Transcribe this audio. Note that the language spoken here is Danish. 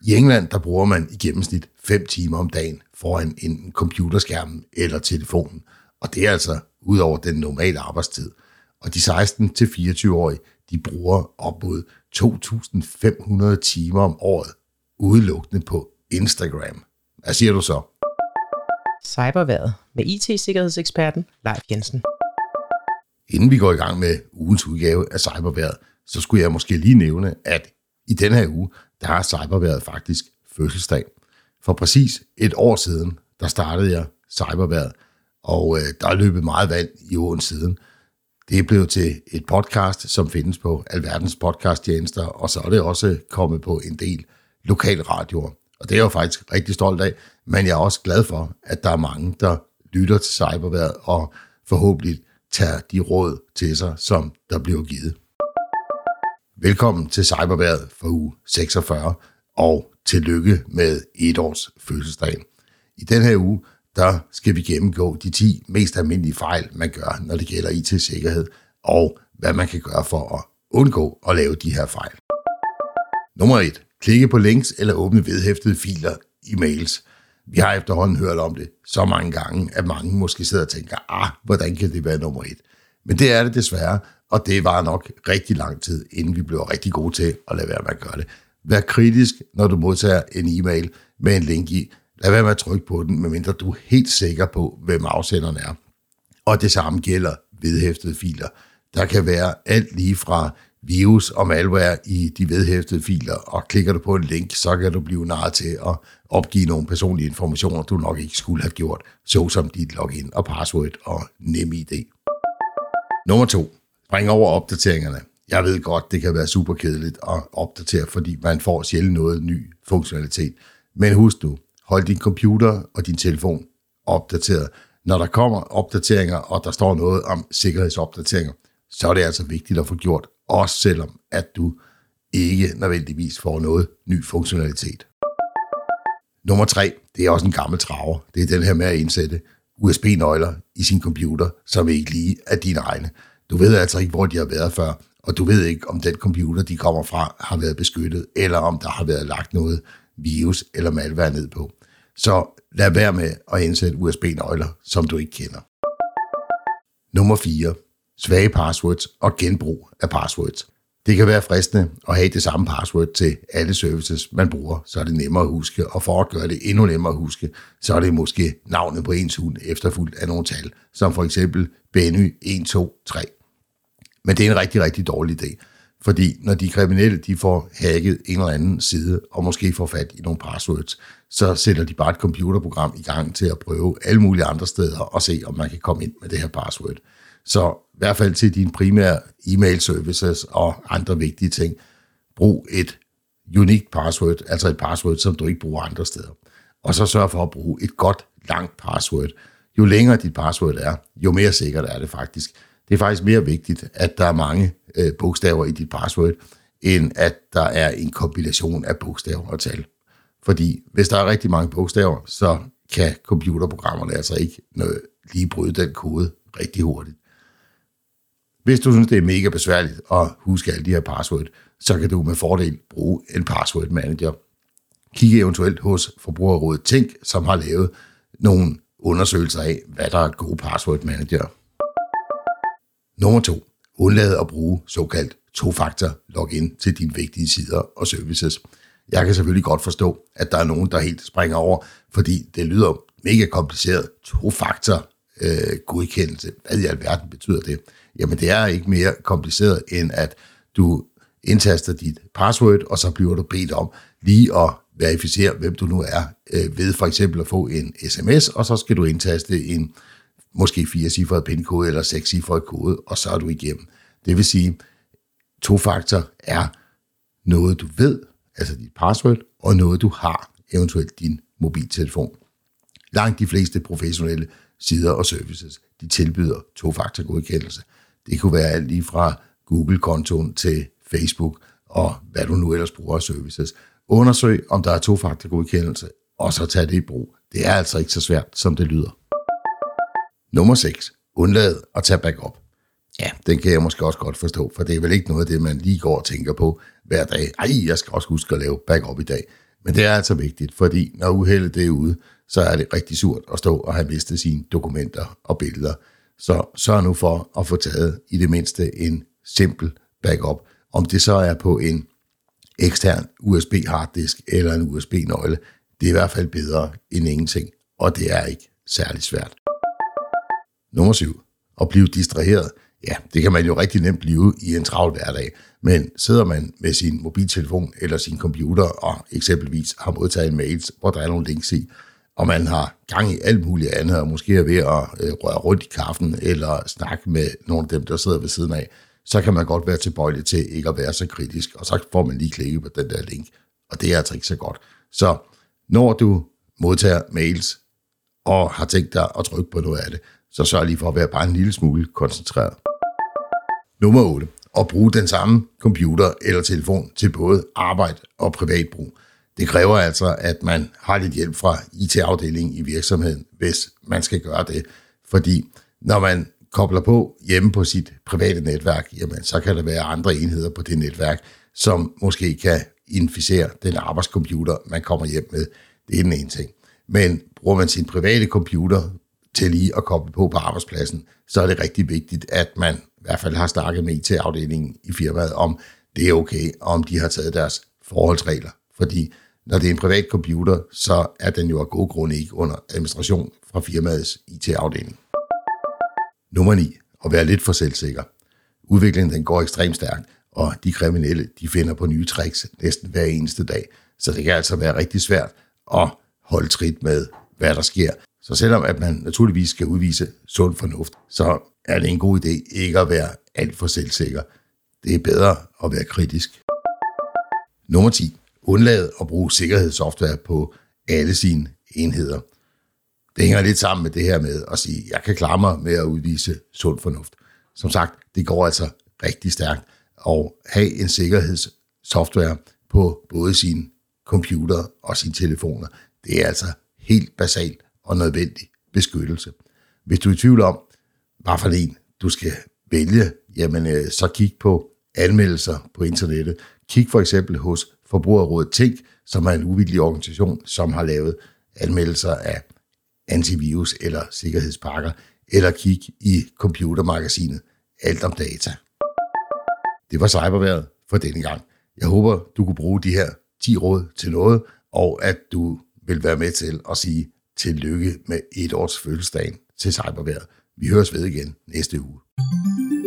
I England, der bruger man i gennemsnit 5 timer om dagen foran en computerskærm eller telefonen. Og det er altså ud over den normale arbejdstid. Og de 16-24-årige, de bruger op mod 2.500 timer om året udelukkende på Instagram. Hvad siger du så? Cyberværet med IT-sikkerhedseksperten Leif Jensen. Inden vi går i gang med ugens udgave af Cyberværet, så skulle jeg måske lige nævne, at i denne her uge, der har Cyberværet faktisk fødselsdag. For præcis et år siden, der startede jeg Cyberværet, og der er løbet meget vand i åen siden. Det er blevet til et podcast, som findes på alverdens podcasttjenester, og så er det også kommet på en del lokalradioer. Og det er jeg jo faktisk rigtig stolt af, men jeg er også glad for, at der er mange, der lytter til Cyberværet og forhåbentlig tager de råd til sig, som der bliver givet. Velkommen til Cyberværet for uge 46, og tillykke med 1 års fødselsdag. I den her uge, der skal vi gennemgå de 10 mest almindelige fejl, man gør, når det gælder IT-sikkerhed, og hvad man kan gøre for at undgå at lave de her fejl. Nummer 1. Klikke på links eller åbne vedhæftede filer i mails. Vi har efterhånden hørt om det så mange gange, at mange måske sidder og tænker, hvordan kan det være nummer 1? Men det er det desværre, og det var nok rigtig lang tid, inden vi blev rigtig gode til at lade være med at gøre det. Vær kritisk, når du modtager en e-mail med en link i. Lad være med at trykke på den, medmindre du er helt sikker på, hvem afsenderen er. Og det samme gælder vedhæftede filer. Der kan være alt lige fra virus og malware i de vedhæftede filer, og klikker du på en link, så kan du blive narret til at opgive nogle personlige informationer, du nok ikke skulle have gjort, såsom dit login og password og NemID. Nummer 2. Spring over opdateringerne. Jeg ved godt, det kan være super kedeligt at opdatere, fordi man får sjældent noget ny funktionalitet. Men husk nu, hold din computer og din telefon opdateret. Når der kommer opdateringer, og der står noget om sikkerhedsopdateringer, så er det altså vigtigt at få gjort, også selvom at du ikke nødvendigvis får noget ny funktionalitet. Nummer 3, det er også en gammel traver. Det er den her med at indsætte USB-nøgler i sin computer, som ikke lige er dine egne. Du ved altså ikke, hvor de har været før, og du ved ikke, om den computer, de kommer fra, har været beskyttet, eller om der har været lagt noget virus eller malware ned på. Så lad være med at indsætte USB-nøgler, som du ikke kender. Nummer 4. Svage passwords og genbrug af passwords. Det kan være fristende at have det samme password til alle services, man bruger, så er det nemmere at huske, og for at gøre det endnu nemmere at huske, så er det måske navnet på ens hund efterfulgt af nogle tal, som for eksempel Benny 123. Men det er en rigtig, rigtig dårlig idé, fordi når de kriminelle de får hacket en eller anden side, og måske får fat i nogle passwords, så sætter de bare et computerprogram i gang til at prøve alle mulige andre steder og se, om man kan komme ind med det her password. Så i hvert fald til dine primære e-mail services og andre vigtige ting, brug et unique password, altså et password, som du ikke bruger andre steder. Og så sørg for at bruge et godt, langt password. Jo længere dit password er, jo mere sikkert er det faktisk. Det er faktisk mere vigtigt, at der er mange bogstaver i dit password, end at der er en kombination af bogstaver og tal. Fordi hvis der er rigtig mange bogstaver, så kan computerprogrammerne altså ikke lige bryde den kode rigtig hurtigt. Hvis du synes, det er mega besværligt at huske alle de her password, så kan du med fordel bruge en password manager. Kig eventuelt hos Forbrugerrådet Tænk, som har lavet nogle undersøgelser af, hvad der er gode password manager. Nummer 2. Undlad at bruge såkaldt tofaktor login til dine vigtige sider og services. Jeg kan selvfølgelig godt forstå, at der er nogen, der helt springer over, fordi det lyder mega kompliceret. Tofaktor godkendelse. Hvad i alverden betyder det? Jamen det er ikke mere kompliceret, end at du indtaster dit password, og så bliver du bedt om lige at verificere, hvem du nu er, ved for eksempel at få en sms, og så skal du indtaste en måske 4-cifret pin-kode eller 6-cifret kode, og så er du igennem. Det vil sige, tofaktor er noget, du ved, altså dit password, og noget, du har, eventuelt din mobiltelefon. Langt de fleste professionelle sider og services, de tilbyder tofaktorgodkendelse. Det kunne være alt lige fra Google-kontoen til Facebook og hvad du nu ellers bruger af services. Undersøg, om der er tofaktorgodkendelse, og så tag det i brug. Det er altså ikke så svært, som det lyder. Nummer 6. Undlad at tage backup. Ja, den kan jeg måske også godt forstå, for det er vel ikke noget af det, man lige går og tænker på hver dag. Jeg skal også huske at lave backup i dag. Men det er altså vigtigt, fordi når uheldet er ude, så er det rigtig surt at stå og have mistet sine dokumenter og billeder. Så sørg nu for at få taget i det mindste en simpel backup. Om det så er på en ekstern USB harddisk eller en USB-nøgle, det er i hvert fald bedre end ingenting, og det er ikke særlig svært. Nummer 7. At blive distraheret. Ja, det kan man jo rigtig nemt blive i en travl hverdag, men sidder man med sin mobiltelefon eller sin computer og eksempelvis har modtaget en mails, hvor der er nogle links i, og man har gang i alt muligt andet, og måske er ved at røre rundt i kaffen eller snakke med nogle af dem, der sidder ved siden af, så kan man godt være tilbøjelig til ikke at være så kritisk, og så får man lige klikket på den der link, og det er altså ikke så godt. Så når du modtager mails og har tænkt dig at trykke på noget af det, så sørg lige for at være bare en lille smule koncentreret. Nummer 8. At bruge den samme computer eller telefon til både arbejde og privatbrug. Det kræver altså, at man har lidt hjælp fra IT-afdelingen i virksomheden, hvis man skal gøre det. Fordi når man kobler på hjemme på sit private netværk, jamen, så kan der være andre enheder på det netværk, som måske kan inficere den arbejdscomputer, man kommer hjem med. Det er den ene ting. Men bruger man sin private computer til lige at koble på arbejdspladsen, så er det rigtig vigtigt, at man i hvert fald har snakket med IT-afdelingen i firmaet om, det er okay, og om de har taget deres forholdsregler. Fordi når det er en privat computer, så er den jo af gode grunde ikke under administration fra firmaets IT-afdeling. Nummer 9. At være lidt for selvsikker. Udviklingen den går ekstremt stærkt, og de kriminelle de finder på nye tricks næsten hver eneste dag. Så det kan altså være rigtig svært at holde trit med, hvad der sker. Så selvom at man naturligvis skal udvise sund fornuft, så er det en god idé ikke at være alt for selvsikker. Det er bedre at være kritisk. Nummer 10. Undlad at bruge sikkerhedssoftware på alle sine enheder. Det hænger lidt sammen med det her med at sige, at jeg kan klare mig med at udvise sund fornuft. Som sagt, det går altså rigtig stærkt at have en sikkerhedssoftware på både sin computer og sine telefoner. Det er altså helt basalt og nødvendig beskyttelse. Hvis du er i tvivl om, hvad for en du skal vælge, jamen så kig på anmeldelser på internettet. Kig for eksempel hos Forbrugerrådet Tænk, som er en uvildig organisation, som har lavet anmeldelser af antivirus eller sikkerhedspakker, eller kig i computermagasinet Alt om Data. Det var cyberværet for denne gang. Jeg håber, du kunne bruge de her 10 råd til noget, og at du vil være med til at sige tillykke med 1 års fødselsdagen til cyberværet. Vi høres ved igen næste uge.